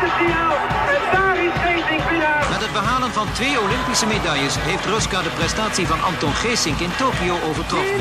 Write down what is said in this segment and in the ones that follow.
de Siao. En daar is Geesink winnaar. Met het behalen van 2 Olympische medailles heeft Ruska de prestatie van Anton Geesink in Tokio overtroffen.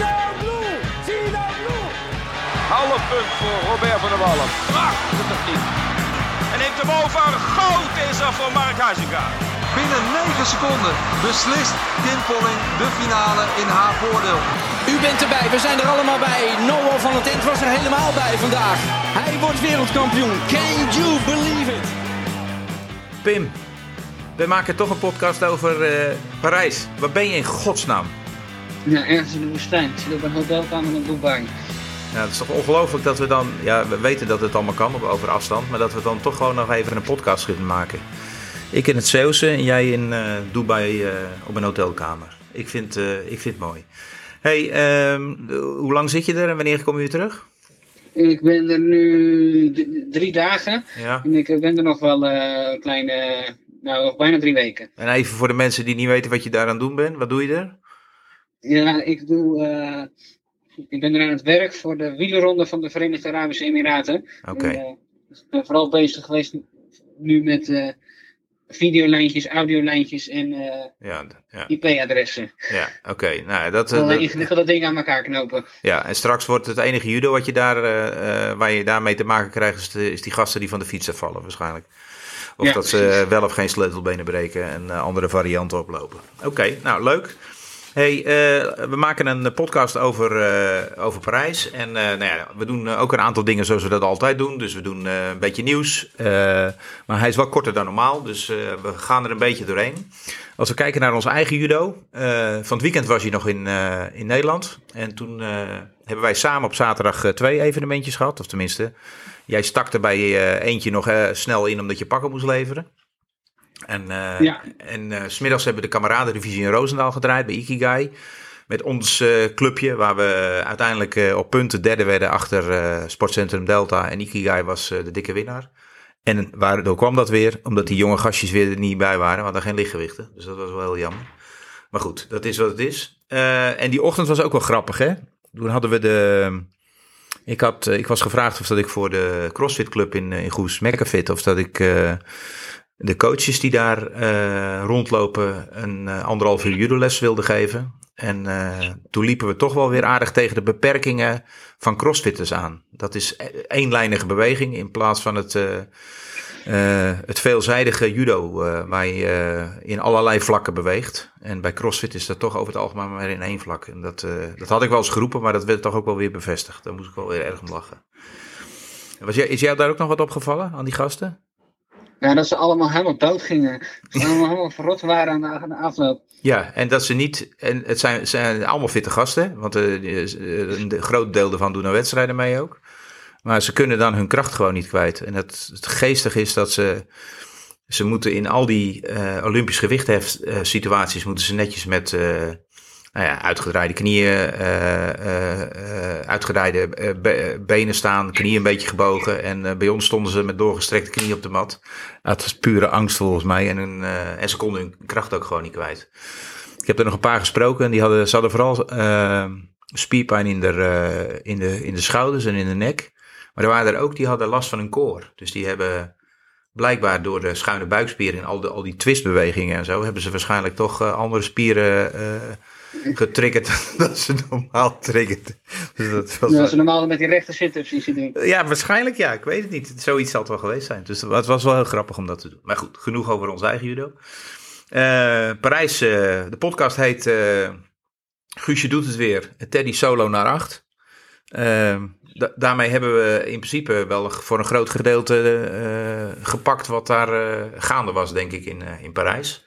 Half punt voor Robert van der Wallen. Prachtig techniek. En neemt hem over. Goud is er voor Mark Huizinga. Binnen 9 seconden beslist Kim Polling de finale in haar voordeel. U bent erbij, we zijn er allemaal bij. Noah van het End was er helemaal bij vandaag. Hij wordt wereldkampioen. Can you believe it? Pim, we maken toch een podcast over Parijs. Waar ben je in godsnaam? Ja, ergens in de woestijn. Ik zit op een hotelkamer in Dubai. Ja, het is toch ongelooflijk dat we dan... Ja, we weten dat het allemaal kan over afstand. Maar dat we dan toch gewoon nog even een podcast kunnen maken. Ik in het Zeeuwse en jij in Dubai op een hotelkamer. Ik vind het mooi. Hey, hoe lang zit je er en wanneer kom je weer terug? Ik ben er nu 3 dagen. Ja. En ik ben er nog wel een kleine... nog bijna 3 weken. En even voor de mensen die niet weten wat je daar aan het doen bent. Wat doe je er? Ja, ik ben er aan het werk voor de wielerronde van de Verenigde Arabische Emiraten. Oké. Ik ben vooral bezig geweest nu met videolijntjes, audiolijntjes en IP-adressen. Ja, oké. Nou, dat ingewikkelde dingen aan elkaar knopen. Ja, en straks wordt het enige judo wat je daar, waar je daarmee te maken krijgt, is die gasten die van de fiets afvallen waarschijnlijk. Of ja, dat ze wel of geen sleutelbenen breken en andere varianten oplopen. Oké, nou leuk. Hey, we maken een podcast over Parijs. En we doen ook een aantal dingen zoals we dat altijd doen. Dus we doen een beetje nieuws. Maar hij is wel korter dan normaal. Dus we gaan er een beetje doorheen. Als we kijken naar ons eigen judo. Van het weekend was hij nog in Nederland. En toen hebben wij samen op zaterdag 2 evenementjes gehad. Of tenminste, jij stak er bij eentje nog snel in omdat je pakken moest leveren. En 's middags hebben we de kameradendivisie in Roosendaal gedraaid bij Ikigai. Met ons clubje, waar we uiteindelijk op punten derde werden achter Sportcentrum Delta. En Ikigai was de dikke winnaar. En waardoor kwam dat weer? Omdat die jonge gastjes weer er niet bij waren. We hadden geen lichtgewichten, dus dat was wel heel jammer. Maar goed, dat is wat het is. En die ochtend was ook wel grappig, hè? Toen hadden we ik was gevraagd of dat ik voor de CrossFit Club in Goes, Mekkafit, of dat ik... de coaches die daar rondlopen een 1,5 uur judoles wilden geven. En toen liepen we toch wel weer aardig tegen de beperkingen van crossfitters aan. Dat is eenlijnige beweging in plaats van het veelzijdige judo waar je in allerlei vlakken beweegt. En bij crossfit is dat toch over het algemeen maar in 1 vlak. En dat had ik wel eens geroepen, maar dat werd toch ook wel weer bevestigd. Daar moest ik wel weer erg om lachen. Is jou daar ook nog wat opgevallen aan die gasten? Ja, dat ze allemaal helemaal dood gingen. Dat ze helemaal verrot waren aan de afloop. Ja, en dat ze niet... En het zijn allemaal fitte gasten. Want een groot deel ervan doen aan wedstrijden mee ook. Maar ze kunnen dan hun kracht gewoon niet kwijt. En het geestige is dat ze moeten in al die Olympisch gewichtheft situaties... moeten ze netjes met... uitgedraaide knieën, uitgedraaide benen staan, knieën een beetje gebogen. En bij ons stonden ze met doorgestrekte knieën op de mat. Dat was pure angst volgens mij. En ze konden hun kracht ook gewoon niet kwijt. Ik heb er nog een paar gesproken. En ze hadden vooral spierpijn in de schouders en in de nek. Maar er waren er ook die hadden last van hun koor. Dus die hebben... Blijkbaar door de schuine buikspieren en al die twistbewegingen en zo... hebben ze waarschijnlijk toch andere spieren getriggerd dan ze normaal triggert. Dus dat ze normaal met die rechter sit-ups die ze doen. Ja, waarschijnlijk ja. Ik weet het niet. Zoiets zal het wel geweest zijn. Dus het was wel heel grappig om dat te doen. Maar goed, genoeg over ons eigen judo. Parijs, de podcast heet Guusje doet het weer. Teddy solo naar 8. Daarmee hebben we in principe wel voor een groot gedeelte gepakt wat daar gaande was, denk ik, in Parijs.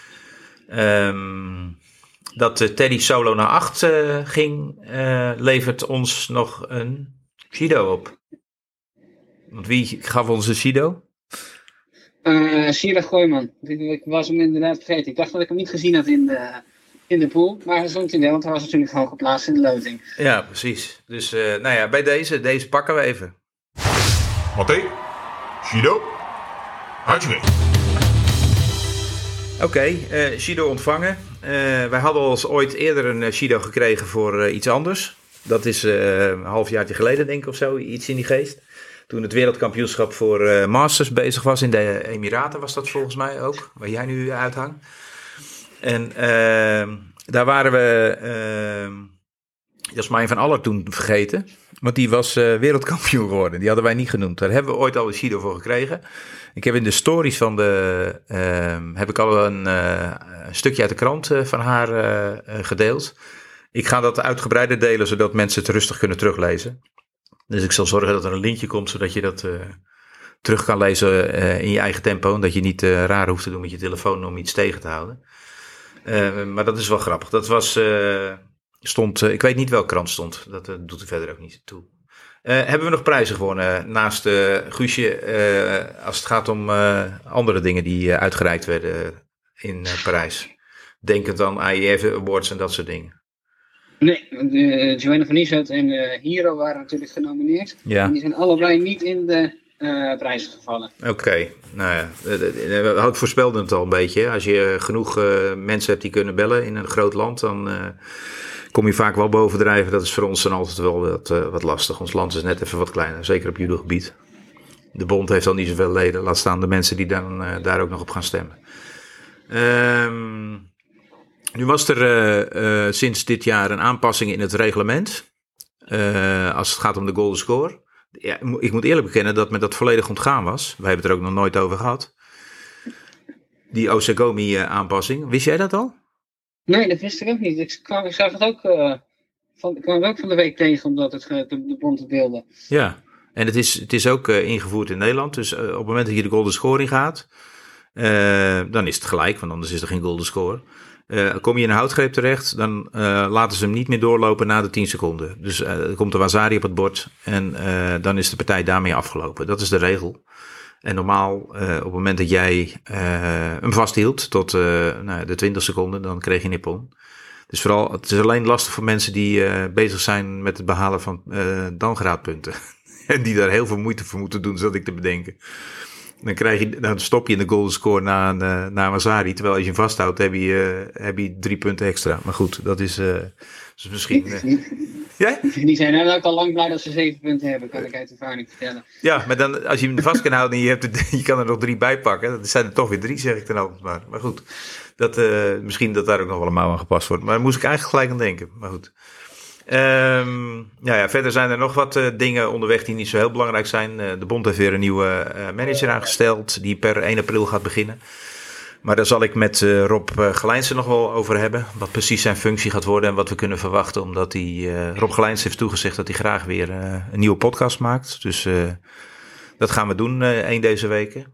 Dat Teddy solo naar 8 ging, levert ons nog een Shido op. Want wie gaf ons een Shido? Sierra Gooiman. Ik was hem inderdaad vergeten. Ik dacht dat ik hem niet gezien had in de pool. Maar hij stond in de, want hij was natuurlijk hoog geplaatst in de loting. Ja, precies. Dus bij deze pakken we even. Matthé, Shido, Hajime. Oké, Shido ontvangen. Wij hadden al eens ooit eerder een Shido gekregen voor iets anders. Dat is een halfjaartje geleden denk ik of zo, iets in die geest. Toen het wereldkampioenschap voor Masters bezig was in de Emiraten, was dat volgens mij ook, waar jij nu uithangt. En daar waren we Jasmijn van Aller toen vergeten, want die was wereldkampioen geworden. Die hadden wij niet genoemd. Daar hebben we ooit al een Shido voor gekregen. Ik heb in de stories van heb ik al een stukje uit de krant van haar gedeeld. Ik ga dat uitgebreider delen, zodat mensen het rustig kunnen teruglezen. Dus ik zal zorgen dat er een linkje komt, zodat je dat terug kan lezen in je eigen tempo. En dat je niet raar hoeft te doen met je telefoon om iets tegen te houden. Maar dat is wel grappig. Dat was, ik weet niet welke krant stond. Dat doet er verder ook niet toe. Hebben we nog prijzen gewonnen naast Guusje, als het gaat om andere dingen die uitgereikt werden in Parijs? Denkend aan AIF Awards en dat soort dingen. Nee, Joanna van Nieuwshout en Hero waren natuurlijk genomineerd. Ja. En die zijn allebei niet in de prijzen gevallen. Oké, nou ja, ik voorspelde het al een beetje. Als je genoeg mensen hebt die kunnen bellen in een groot land, dan kom je vaak wel bovendrijven. Dat is voor ons dan altijd wel wat lastig. Ons land is net even wat kleiner, zeker op judogebied. De bond heeft al niet zoveel leden, laat staan de mensen die dan daar ook nog op gaan stemmen. Nu was er sinds dit jaar een aanpassing in het reglement. Als het gaat om de golden score. Ja, ik moet eerlijk bekennen dat me dat volledig ontgaan was. Wij hebben het er ook nog nooit over gehad. Die Osagomi aanpassing. Wist jij dat al? Nee, dat wist ik ook niet. Ik zag het ook, kwam ook van de week tegen, omdat het de bond het deelde. Ja, en het is ook ingevoerd in Nederland. Dus op het moment dat je de golden score in gaat, dan is het gelijk, want anders is er geen golden score. Kom je in een houtgreep terecht, dan laten ze hem niet meer doorlopen na de 10 seconden. Dus er komt een wasari op het bord en dan is de partij daarmee afgelopen. Dat is de regel. En normaal, op het moment dat jij hem vasthield tot de 20 seconden, dan kreeg je nippon. Dus vooral, het is alleen lastig voor mensen die bezig zijn met het behalen van dangraadpunten. En die daar heel veel moeite voor moeten doen, zat ik te bedenken. Dan stop je in de golden score na Wasari. Terwijl als je hem vasthoudt, heb je 3 punten extra. Maar goed, dat is misschien... Ja? Die zijn dan ook al lang blij dat ze 7 punten hebben, kan ik uit ervaring vertellen. Ja, maar dan, als je hem vast kan houden en je kan er nog 3 bij pakken, dan zijn er toch weer 3, zeg ik dan altijd maar. Maar goed, misschien dat daar ook nog wel een mouw aan gepast wordt. Maar daar moest ik eigenlijk gelijk aan denken. Maar goed. Verder zijn er nog wat dingen onderweg die niet zo heel belangrijk zijn. De bond heeft weer een nieuwe manager aangesteld die per 1 april gaat beginnen. Maar daar zal ik met Rob Gelijnsen nog wel over hebben. Wat precies zijn functie gaat worden en wat we kunnen verwachten. Omdat Rob Gelijnsen heeft toegezegd dat hij graag weer een nieuwe podcast maakt. Dus dat gaan we doen 1 deze weken.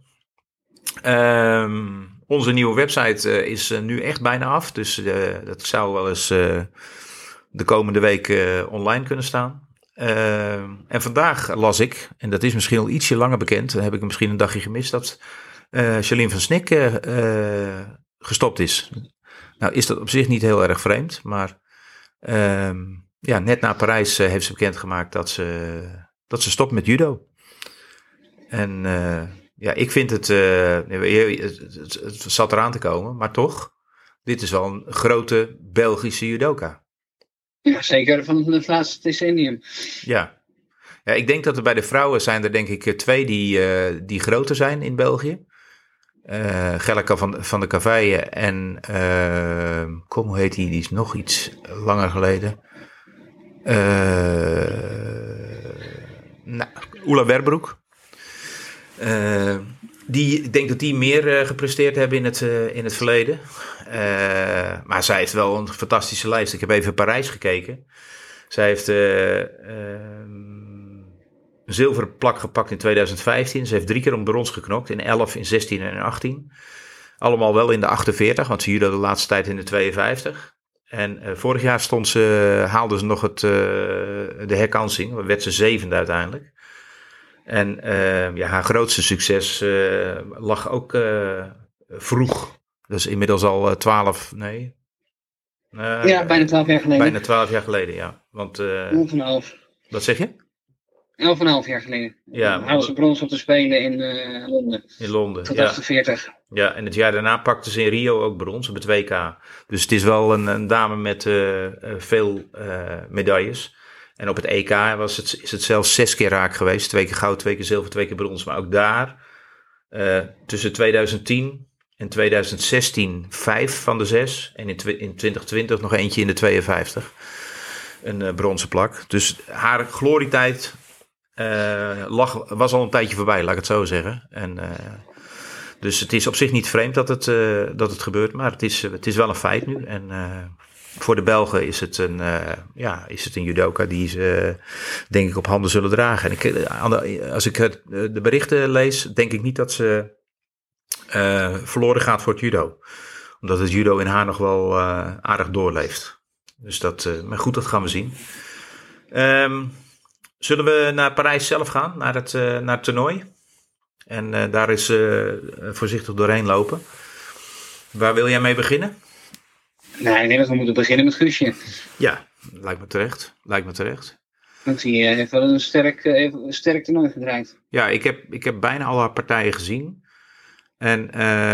Onze nieuwe website is nu echt bijna af. Dus dat zou wel eens de komende week online kunnen staan. En vandaag las ik, en dat is misschien al ietsje langer bekend, dan heb ik misschien een dagje gemist, dat Charlien van Snik gestopt is. Nou is dat op zich niet heel erg vreemd, maar net na Parijs heeft ze bekendgemaakt dat ze stopt met judo. En ik vind het zat eraan te komen, maar toch, dit is wel een grote Belgische judoka. Ja, zeker van het laatste decennium. Ja, ik denk dat er bij de vrouwen zijn er denk ik 2 die groter zijn in België. Gelleke van de Cavaille en hoe heet die is nog iets langer geleden. Oela Werbroek. Ik denk dat die meer gepresteerd hebben in het verleden. Maar zij heeft wel een fantastische lijst. Ik heb even Parijs gekeken. Zij heeft een zilveren plak gepakt in 2015. Ze heeft 3 keer om brons geknokt. In 11, in 16 en in 18. Allemaal wel in de 48. Want ze judo de laatste tijd in de 52. En vorig jaar haalde ze nog de herkansing. Werd ze 7e uiteindelijk. En haar grootste succes lag ook vroeg. Dus inmiddels al 12, nee. Bijna 12 jaar geleden. Bijna 12 jaar geleden, ja. Want, 11,5. Wat zeg je? 11,5 jaar geleden. Ja. Haalden ze brons op te spelen in Londen. In Londen, tot ja. 48. Ja, en het jaar daarna pakte ze in Rio ook brons op het WK. Dus het is wel een dame met veel medailles. En op het EK is het zelfs 6 keer raak geweest. 2 keer goud, 2 keer zilver, 2 keer brons. Maar ook daar, tussen 2010 en 2016, 5 van de 6. En in 2020 nog eentje in de 52. Een bronzen plak. Dus haar glorietijd was al een tijdje voorbij, laat ik het zo zeggen. En, dus het is op zich niet vreemd dat het gebeurt. Maar het is wel een feit nu. En voor de Belgen is het een judoka die ze denk ik op handen zullen dragen. En als ik de berichten lees, denk ik niet dat ze verloren gaat voor het judo. Omdat het judo in haar nog wel aardig doorleeft. Dus maar goed, dat gaan we zien. Zullen we naar Parijs zelf gaan, naar het toernooi? En daar eens voorzichtig doorheen lopen. Waar wil jij mee beginnen? Nee, ik denk dat we moeten beginnen met Guusje. Ja, lijkt me terecht. Want hij heeft wel een sterk toernooi gedraaid. Ja, ik heb bijna alle haar partijen gezien. En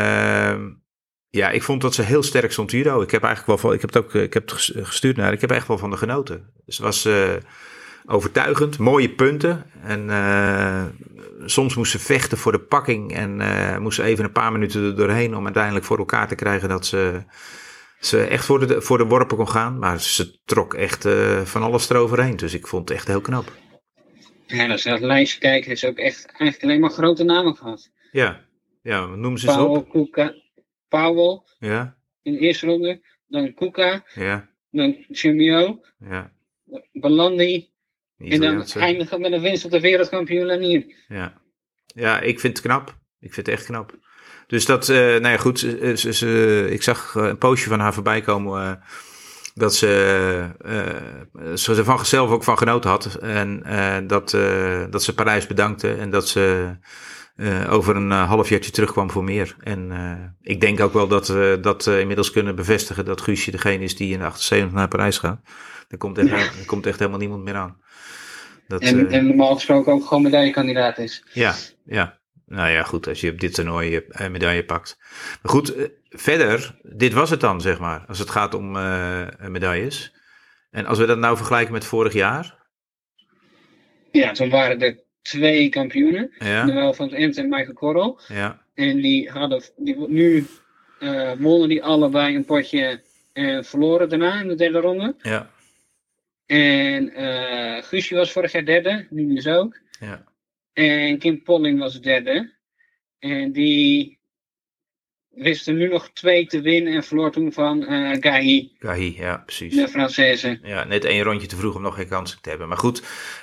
ik vond dat ze heel sterk stond judo. Ik heb het gestuurd naar haar. Ik heb echt wel van de genoten. Dus het was overtuigend, mooie punten. En soms moest ze vechten voor de pakking. En moest ze even een paar minuten er doorheen om uiteindelijk voor elkaar te krijgen dat ze echt voor de worpen kon gaan. Maar ze trok echt van alles eroverheen. Dus ik vond het echt heel knap. Ja, als je naar het lijstje kijkt, heeft ze ook echt eigenlijk alleen maar grote namen gehad. Ja, noem ze eens op. Powell Ja. In de eerste ronde. Dan Kuka. Ja. Dan Chimio. Ja. Balandi. En dan eindigen met een winst op de wereldkampioen Lanier. Ja, ik vind het knap. Ik vind het echt knap. Dus dat, goed. Ik zag een postje van haar voorbij komen dat ze er van zichzelf ook van genoten had. En dat ze Parijs bedankte en dat ze over een halfjaartje terugkwam voor meer. En ik denk ook wel dat we dat inmiddels kunnen bevestigen dat Guusje degene is die in de 78 naar Parijs gaat. Er komt echt helemaal niemand meer aan. En normaal gesproken ook gewoon medaillekandidaat is. Ja. Nou ja, goed, als je op dit toernooi een medaille pakt. Maar goed, verder, dit was het dan, zeg maar, als het gaat om medailles. En als we dat nou vergelijken met vorig jaar? Ja, toen waren er 2 kampioenen. Ja. Noël van het Emt en Michael Korrel. Ja. En nu wonnen die allebei een potje en verloren daarna in de derde ronde. Ja. En Guusje was vorig jaar derde, nu dus ook. Ja. En Kim Polling was derde. En die wist er nu nog 2 te winnen en verloor toen van Gahi. Gahi, ja, precies. De Française. Ja, net 1 rondje te vroeg om nog geen kans te hebben. Maar goed,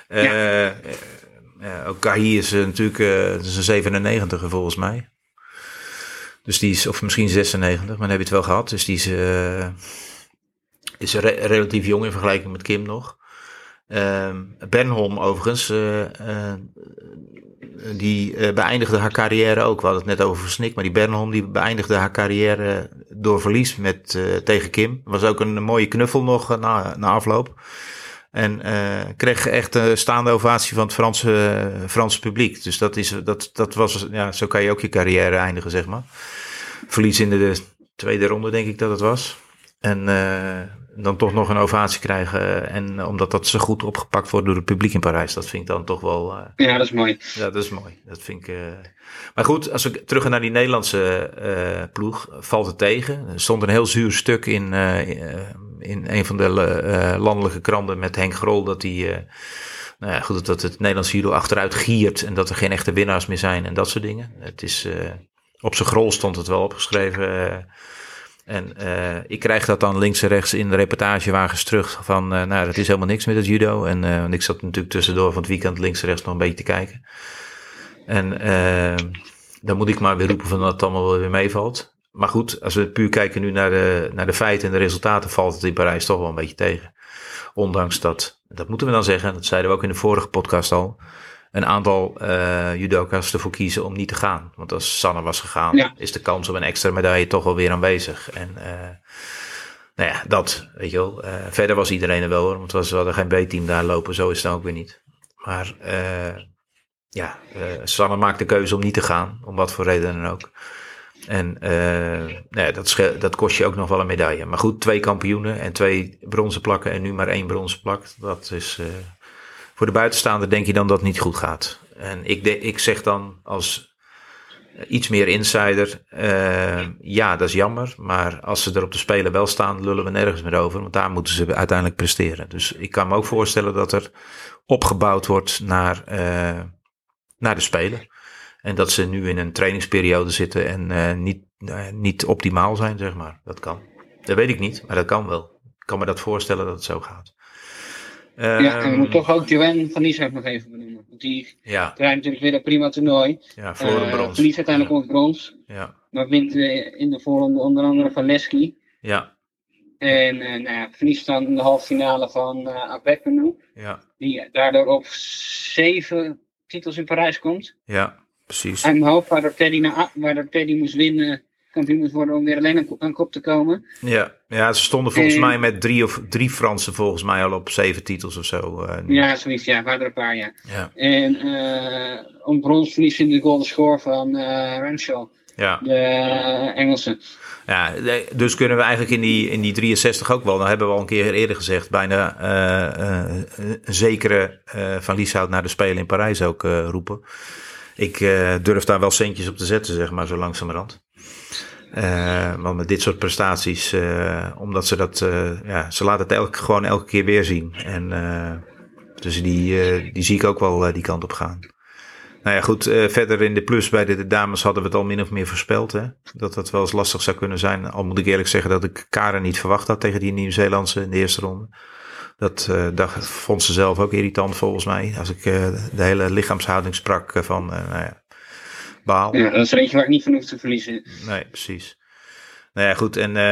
ook Gahi is natuurlijk is een 97er volgens mij. Dus die is, of misschien 96, maar dan heb je het wel gehad. Dus die is relatief jong in vergelijking met Kim nog. Bernholm overigens, die beëindigde haar carrière ook. We hadden het net over Snik, maar die Bernholm die beëindigde haar carrière door verlies tegen Kim. Was ook een mooie knuffel nog na afloop. En kreeg echt een staande ovatie van het Franse publiek. Dus dat was, ja, zo kan je ook je carrière eindigen, zeg maar. Verlies in de tweede ronde, denk ik dat het was. En dan toch nog een ovatie krijgen. En omdat dat zo goed opgepakt wordt door het publiek in Parijs. Dat vind ik dan toch wel... ja, dat is mooi. Ja, dat is mooi. Dat vind ik... Maar goed, als we terug gaan naar die Nederlandse ploeg, valt het tegen. Er stond een heel zuur stuk in een van de landelijke kranten met Henk Grol. Dat dat het Nederlandse judo achteruit giert. En dat er geen echte winnaars meer zijn en dat soort dingen. Het is... op zijn grol stond het wel opgeschreven... En ik krijg dat dan links en rechts in de reportagewagens terug van, dat is helemaal niks met het judo. En ik zat natuurlijk tussendoor van het weekend links en rechts nog een beetje te kijken. En dan moet ik maar weer roepen van dat het allemaal wel weer meevalt. Maar goed, als we puur kijken nu naar de feiten en de resultaten, valt het in Parijs toch wel een beetje tegen. Ondanks dat moeten we dan zeggen, dat zeiden we ook in de vorige podcast al, een aantal judoka's ervoor kiezen om niet te gaan. Want als Sanne was gegaan, is de kans op een extra medaille toch wel weer aanwezig. En dat, weet je wel. Verder was iedereen er wel hoor, want we hadden geen B-team daar lopen. Zo is het dan ook weer niet. Maar Sanne maakt de keuze om niet te gaan, om wat voor reden dan ook. En dat kost je ook nog wel een medaille. Maar goed, 2 kampioenen en 2 bronzen plakken en nu maar 1 bronzen plak. Dat is voor de buitenstaander denk je dan dat het niet goed gaat. En ik zeg dan als iets meer insider, ja, dat is jammer. Maar als ze er op de Spelen wel staan, lullen we nergens meer over. Want daar moeten ze uiteindelijk presteren. Dus ik kan me ook voorstellen dat er opgebouwd wordt naar de Spelen. En dat ze nu in een trainingsperiode zitten en niet optimaal zijn, zeg maar. Dat kan. Dat weet ik niet, maar dat kan wel. Ik kan me dat voorstellen dat het zo gaat. Ja, en we moeten toch ook Joanne van Lieshout nog even benoemen. Want die draait natuurlijk weer een prima toernooi. Ja, voor een brons. Verliest uiteindelijk ook brons. Ja. Maar wint in de voorronde onder andere van Leslie. Ja. En verliest dan in de halve finale van Abekmenu. Ja. Die daardoor op 7 titels in Parijs komt. Ja, precies. En mijn hoofd waardoor Teddy moest winnen, kampioen moest worden om weer alleen aan kop te komen. Ja, ze stonden volgens mij met 3 Fransen volgens mij al op 7 titels of zo. Ja, zoiets, ja, waren er een paar, ja. En om brons verlies in de Golden Score van Renshaw, de Engelsen. Ja, dus kunnen we eigenlijk in die 63 ook wel, dat hebben we al een keer eerder gezegd, bijna een zekere Van Lieshout naar de Spelen in Parijs ook roepen. Ik durf daar wel centjes op te zetten, zeg maar, zo langzamerhand. Want met dit soort prestaties, omdat ze dat, ze laten het gewoon elke keer weer zien. En dus die zie ik ook wel die kant op gaan. Nou ja, goed, verder in de plus bij de dames hadden we het al min of meer voorspeld. Hè? Dat dat wel eens lastig zou kunnen zijn. Al moet ik eerlijk zeggen dat ik Karen niet verwacht had tegen die Nieuw-Zeelandse in de eerste ronde. Dat vond ze zelf ook irritant volgens mij. Als ik de hele lichaamshouding sprak van, baal. Ja, dat is er eentje waar ik niet van hoef te verliezen. Nee, precies. Nou ja, goed. En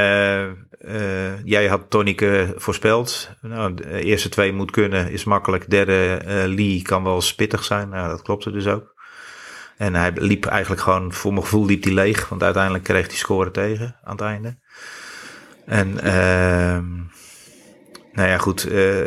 jij had Tonneke voorspeld. Nou, de eerste 2 moet kunnen, is makkelijk. Derde, Lee, kan wel eens pittig zijn. Nou, dat klopte dus ook. En hij liep eigenlijk gewoon, voor mijn gevoel liep hij leeg. Want uiteindelijk kreeg hij scoren tegen aan het einde. En nou ja, goed.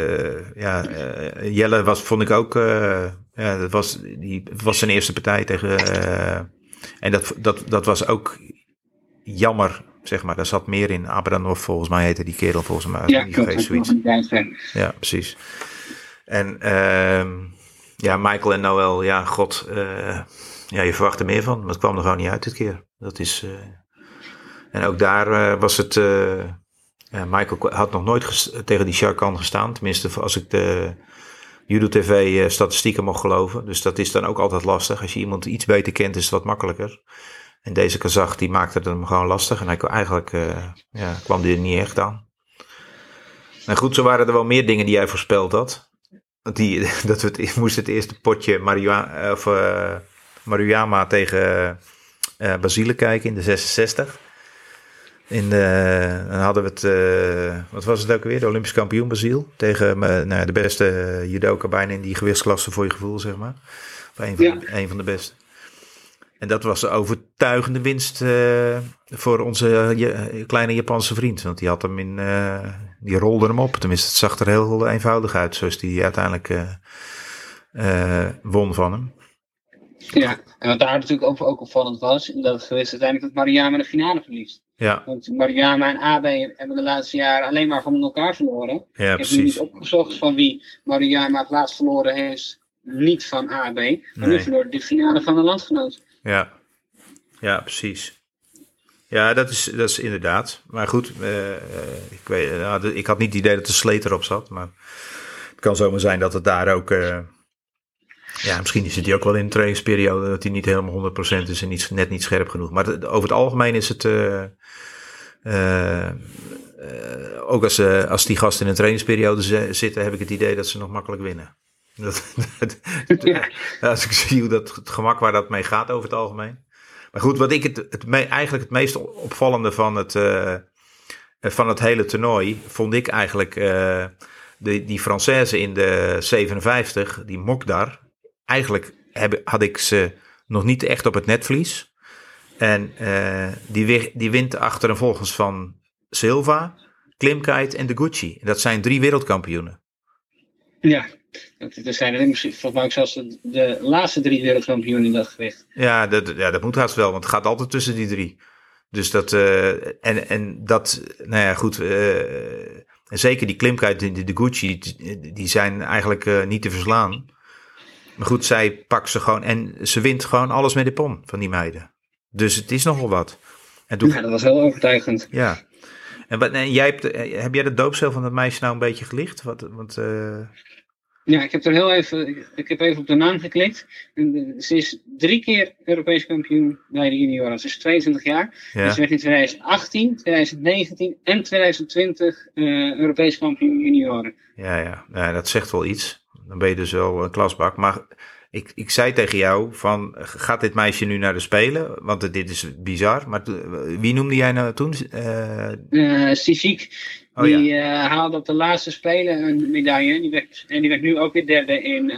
Jelle vond ik ook. Het was zijn eerste partij tegen. En dat was ook jammer, zeg maar. Daar zat meer in. Abranov, volgens mij heette die kerel volgens mij. Ja, precies. En Michael en Noël, ja, god. Je verwacht er meer van. Maar het kwam er gewoon niet uit dit keer. Dat is. En ook daar was het. Michael had nog nooit tegen die Sharkan gestaan. Tenminste, als ik de Judo TV statistieken mocht geloven. Dus dat is dan ook altijd lastig. Als je iemand iets beter kent, is het wat makkelijker. En deze Kazach, die maakte het hem gewoon lastig. En eigenlijk kwam die er niet echt aan. Nou goed, zo waren er wel meer dingen die jij voorspeld had. Moest het eerste potje Maruyama tegen Basile kijken in de 66. Dan hadden we het, wat was het ook weer? De Olympisch kampioen Basile. Tegen de beste judoka bijna in die gewichtsklasse voor je gevoel, zeg maar. Een van de beste. En dat was de overtuigende winst voor onze kleine Japanse vriend. Want die had hem die rolde hem op. Tenminste, het zag er heel eenvoudig uit. Zoals die uiteindelijk won van hem. Ja, en wat daar natuurlijk ook opvallend was, dat het geweest uiteindelijk dat Maruyama de finale verliest. Ja. Want Maruyama en Abe hebben de laatste jaren alleen maar van elkaar verloren. Ja, ik heb nu niet opgezocht van wie Maruyama het laatst verloren heeft. Niet van Abe, maar nu verloor de finale van een landgenoot. Ja, precies. Ja, dat is inderdaad. Maar goed, ik had niet het idee dat de sleet erop zat. Maar het kan zomaar zijn dat het daar ook. Misschien zit hij ook wel in een trainingsperiode dat hij niet helemaal 100% is en net niet scherp genoeg. Maar over het algemeen is het. Ook als die gasten in een trainingsperiode zitten, heb ik het idee dat ze nog makkelijk winnen. Als ik zie hoe het gemak waar dat mee gaat over het algemeen. Maar goed, wat ik eigenlijk het meest opvallende van het hele toernooi vond ik eigenlijk die Française in de 57, die Mokdar. Eigenlijk had ik ze nog niet echt op het netvlies. En die wint achter en volgens van Silva, Klimkeit en Deguchi. Dat zijn 3 wereldkampioenen. Ja, dat zijn er volgens mij ook zelfs de laatste 3 wereldkampioenen in dat gewicht. Ja, dat moet haast wel, want het gaat altijd tussen die 3. Dus dat, nou ja, goed. En zeker die klimkuit, de Gucci, die zijn eigenlijk niet te verslaan. Maar goed, zij pakt ze gewoon en ze wint gewoon alles met de pom van die meiden. Dus het is nogal wat. En Ja, dat was heel overtuigend. Ja. En jij heb jij de doopcel van dat meisje nou een beetje gelicht? Ja, ik heb even op de naam geklikt. Ze is 3 keer Europees kampioen bij de junioren. Ze is 22 jaar. Ja. Dus ze werd in 2018, 2019 en 2020 Europees kampioen junioren. Ja, dat zegt wel iets. Dan ben je dus wel een klasbak. Maar ik zei tegen jou van, gaat dit meisje nu naar de Spelen? Want dit is bizar. Maar wie noemde jij nou toen? Cicic. Die haalde op de laatste Spelen een medaille. Die werd nu ook weer derde in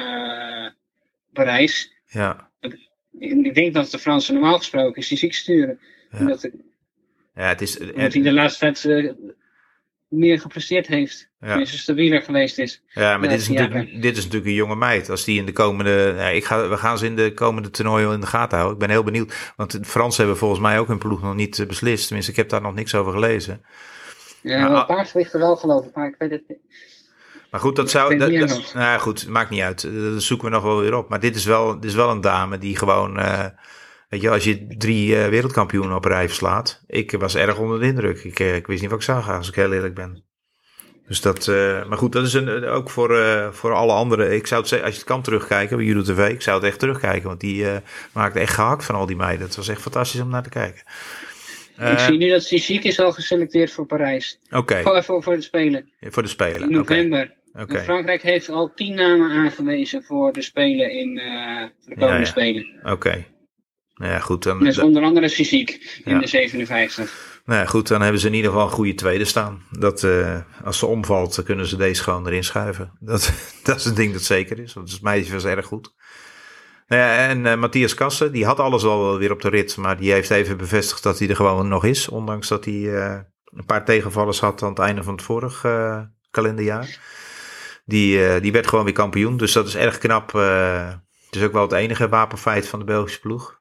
Parijs. Ja. Ik denk dat de Fransen normaal gesproken Cicic sturen. Ja. Het is... Omdat hij de laatste tijd meer gepresteerd heeft. Ja. Meer stabieler geweest is. Ja, maar dit is natuurlijk een jonge meid. Als die in de komende... we gaan ze in de komende toernooien in de gaten houden. Ik ben heel benieuwd. Want de Fransen hebben volgens mij ook hun ploeg nog niet beslist. Tenminste, ik heb daar nog niks over gelezen. Ja, een paar gewichten wel geloof ik, maar ik weet het niet. Maar goed, nou goed, maakt niet uit. Dat zoeken we nog wel weer op. Maar dit is wel een dame die gewoon... weet je, als je 3 wereldkampioenen op rij slaat. Ik was erg onder de indruk. Ik wist niet wat ik zag, als ik heel eerlijk ben. Dus dat... maar goed, dat is ook voor alle anderen. Ik zou het zeggen, als je het kan terugkijken bij Judo TV. Ik zou het echt terugkijken. Want die maakte echt gehakt van al die meiden. Het was echt fantastisch om naar te kijken. Ik zie nu dat Cicic is al geselecteerd voor Parijs. Oké. Voor de Spelen. Voor de Spelen, in november. Okay. Frankrijk heeft al 10 namen aangewezen voor de Spelen in de komende Spelen. Oké. Nou ja, goed. Dan, dus onder andere Cicic in de 57. Nou ja, goed, dan hebben ze in ieder geval een goede tweede staan. Dat, als ze omvalt, dan kunnen ze deze gewoon erin schuiven. Dat is een ding dat zeker is, want het meisje was erg goed. Nou ja, en Matthias Kassen, die had alles al weer op de rit, maar die heeft even bevestigd dat hij er gewoon nog is. Ondanks dat hij een paar tegenvallers had aan het einde van het vorig kalenderjaar. Die werd gewoon weer kampioen, dus dat is erg knap. Het is ook wel het enige wapenfeit van de Belgische ploeg.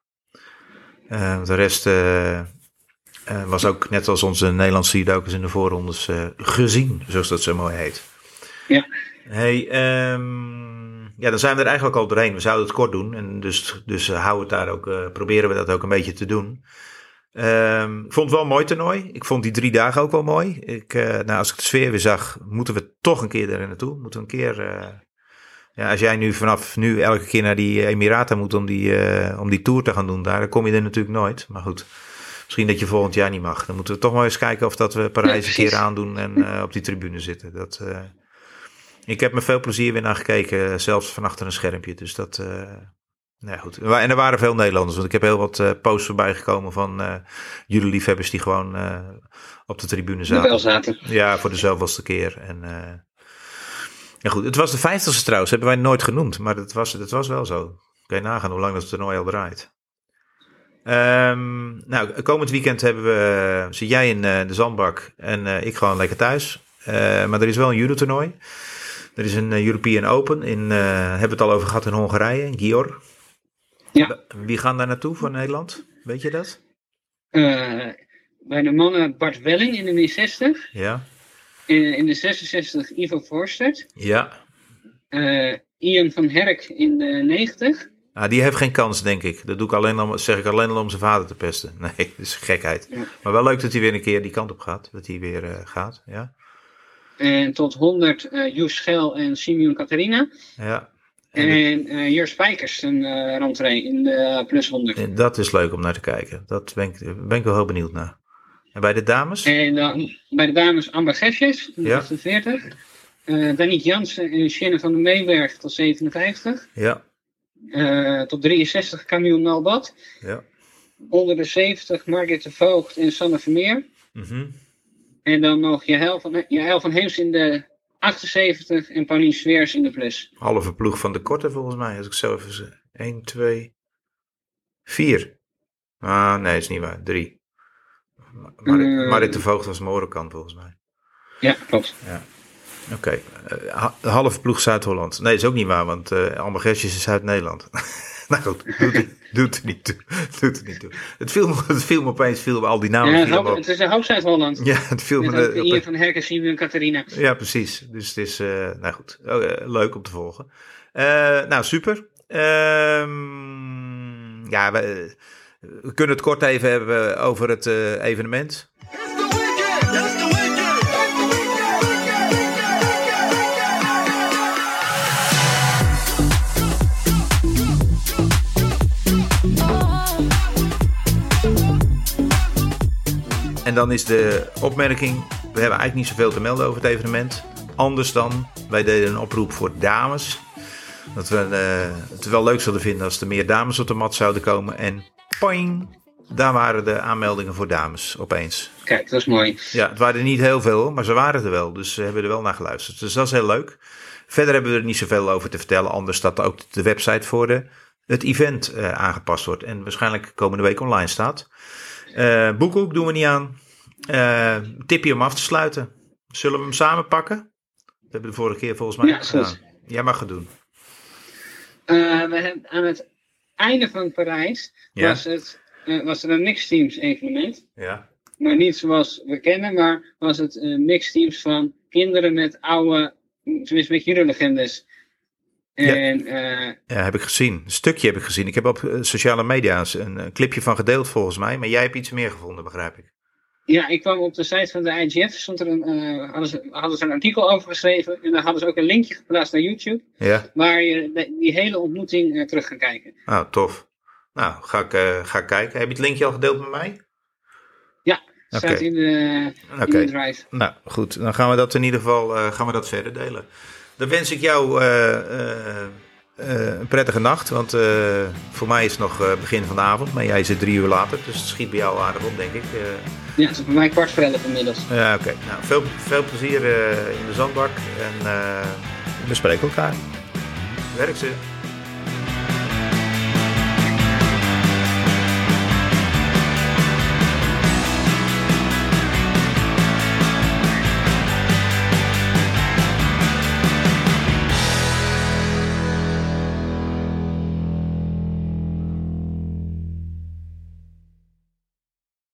De rest was ook net als onze Nederlandse judokas in de voorrondes gezien, zoals dat zo mooi heet. Ja. Hey, dan zijn we er eigenlijk al doorheen. We zouden het kort doen en dus hou het daar ook, proberen we dat ook een beetje te doen. Ik vond het wel een mooi toernooi. Ik vond die 3 dagen ook wel mooi. Als ik de sfeer weer zag, moeten we toch een keer er naartoe. Moeten we een keer... als jij nu vanaf nu elke keer naar die Emiraten moet om die tour te gaan doen daar, dan kom je er natuurlijk nooit. Maar goed, misschien dat je volgend jaar niet mag. Dan moeten we toch maar eens kijken of dat we Parijs een keer aandoen en op die tribune zitten. Ik heb met veel plezier weer naar gekeken, zelfs van achter een schermpje. Dus dat... goed. En er waren veel Nederlanders, want ik heb heel wat posts voorbij gekomen van jullie liefhebbers die gewoon op de tribune zaten. Ja, voor de zoveelste keer. Ja goed, het was de 50ste trouwens, hebben wij nooit genoemd, maar dat was wel zo. Kun je nagaan hoe lang dat toernooi al draait. Komend weekend zit jij in de zandbak en ik gewoon lekker thuis. Maar er is wel een judo-toernooi. Er is een European Open, hebben we het al over gehad in Hongarije, in Győr. Ja. Wie gaan daar naartoe voor Nederland? Weet je dat? Bij de mannen Bart Welling in de min 60. Ja. In de 66 Ivo Voorstert. Ja. Ian van Herk in de 90. Die heeft geen kans, denk ik. Dat zeg ik alleen om zijn vader te pesten. Nee, dat is gekheid. Ja. Maar wel leuk dat hij weer een keer die kant op gaat. Dat hij weer gaat, ja. En tot 100 Joes Schel en Simeon Catharina. Ja. En Jur Spijkers, een rentree in de plus 100. En dat is leuk om naar te kijken. Dat ben ik wel heel benieuwd naar. En bij de dames? En dan bij de dames Amber Gesjes, 48. Daniek Jansen en Shannon van den Meeberg tot 57. Ja. Tot 63 Camille Nalbat. Ja. Onder de 70 Margit de Voogd en Sanne Vermeer. Mm-hmm. En dan nog Jaël van Heems in de 78 en Paulien Sweers in de plus. Halve ploeg van de korte volgens mij, als ik zo even zeg. 1, 2, 4. Nee, is niet waar. 3. Marit de Voogd was Marokkaan volgens mij. Ja, klopt. Ja. Oké. Halve ploeg Zuid-Holland. Nee, is ook niet waar, want Amber Gesjes is Zuid-Nederland. Nou goed, doet er niet toe. Het viel me opeens, al die namen. Ja, het is een hoop Zuid-Holland. Ja, het viel me... Ian van Herken, Simon en Catharina. Ja, precies. Dus het is, nou goed, leuk om te volgen. Nou, super. Ja, we kunnen het kort even hebben over het evenement. En dan is de opmerking, we hebben eigenlijk niet zoveel te melden over het evenement. Anders dan, wij deden een oproep voor dames. Dat we het wel leuk zouden vinden als er meer dames op de mat zouden komen. En poing, daar waren de aanmeldingen voor dames opeens. Kijk, dat is mooi. Ja, het waren er niet heel veel, maar ze waren er wel. Dus ze hebben er wel naar geluisterd. Dus dat is heel leuk. Verder hebben we er niet zoveel over te vertellen. Anders dat ook de website voor het event aangepast wordt. En waarschijnlijk komende week online staat. Boekhoek doen we niet aan. Tipje om af te sluiten. Zullen we hem samen pakken? We hebben de vorige keer volgens mij gedaan. Jij mag het doen. We hebben aan het einde van Parijs was er een mixed teams evenement. Ja. Maar niet zoals we kennen, maar was het mixed teams van kinderen met oude, tenminste met judo-legendes. En, ja, heb ik gezien. Een stukje heb ik gezien. Ik heb op sociale media's een clipje van gedeeld volgens mij. Maar jij hebt iets meer gevonden, begrijp ik. Ja, ik kwam op de site van de IGF. Stond er hadden ze een artikel over geschreven. En daar hadden ze ook een linkje geplaatst naar YouTube. Ja. Waar je die hele ontmoeting terug kan kijken. Oh, tof. Nou, ga ik kijken. Heb je het linkje al gedeeld met mij? Ja, staat in de drive. Nou, goed. Dan gaan we dat in ieder geval verder delen. Dan wens ik jou een prettige nacht. Want voor mij is het nog begin van de avond. Maar jij zit 3 uur later. Dus het schiet bij jou aardig op, denk ik. Ja, het is bij mij 11:15 inmiddels. Ja, oké. Nou, veel plezier in de zandbak. En we spreken elkaar. Werk ze.